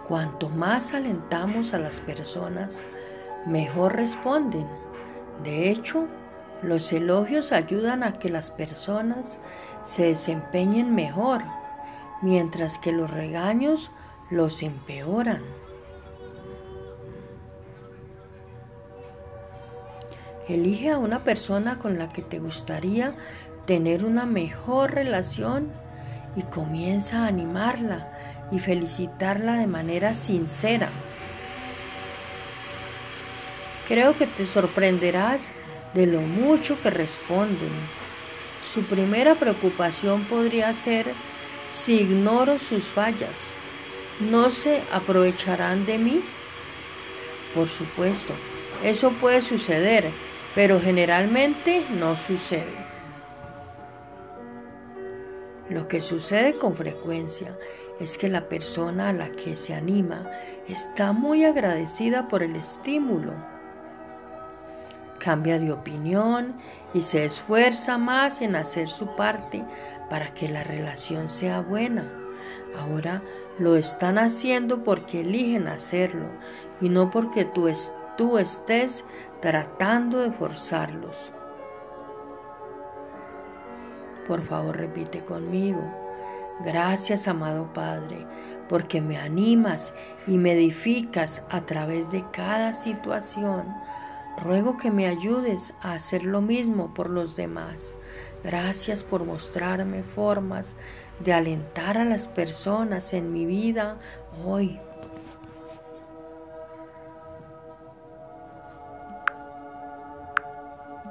Cuanto más alentamos a las personas, mejor responden. De hecho, los elogios ayudan a que las personas se desempeñen mejor, mientras que los regaños los empeoran. Elige a una persona con la que te gustaría tener una mejor relación y comienza a animarla y felicitarla de manera sincera. Creo que te sorprenderás de lo mucho que responden. Su primera preocupación podría ser: si ignoro sus fallas, ¿no se aprovecharán de mí? Por supuesto, eso puede suceder, pero generalmente no sucede. Lo que sucede con frecuencia es que la persona a la que se anima está muy agradecida por el estímulo. Cambia de opinión y se esfuerza más en hacer su parte para que la relación sea buena. Ahora lo están haciendo porque eligen hacerlo y no porque tú estés tratando de forzarlos. Por favor, repite conmigo: gracias, amado Padre, porque me animas y me edificas a través de cada situación. Ruego que me ayudes a hacer lo mismo por los demás. Gracias por mostrarme formas de alentar a las personas en mi vida hoy.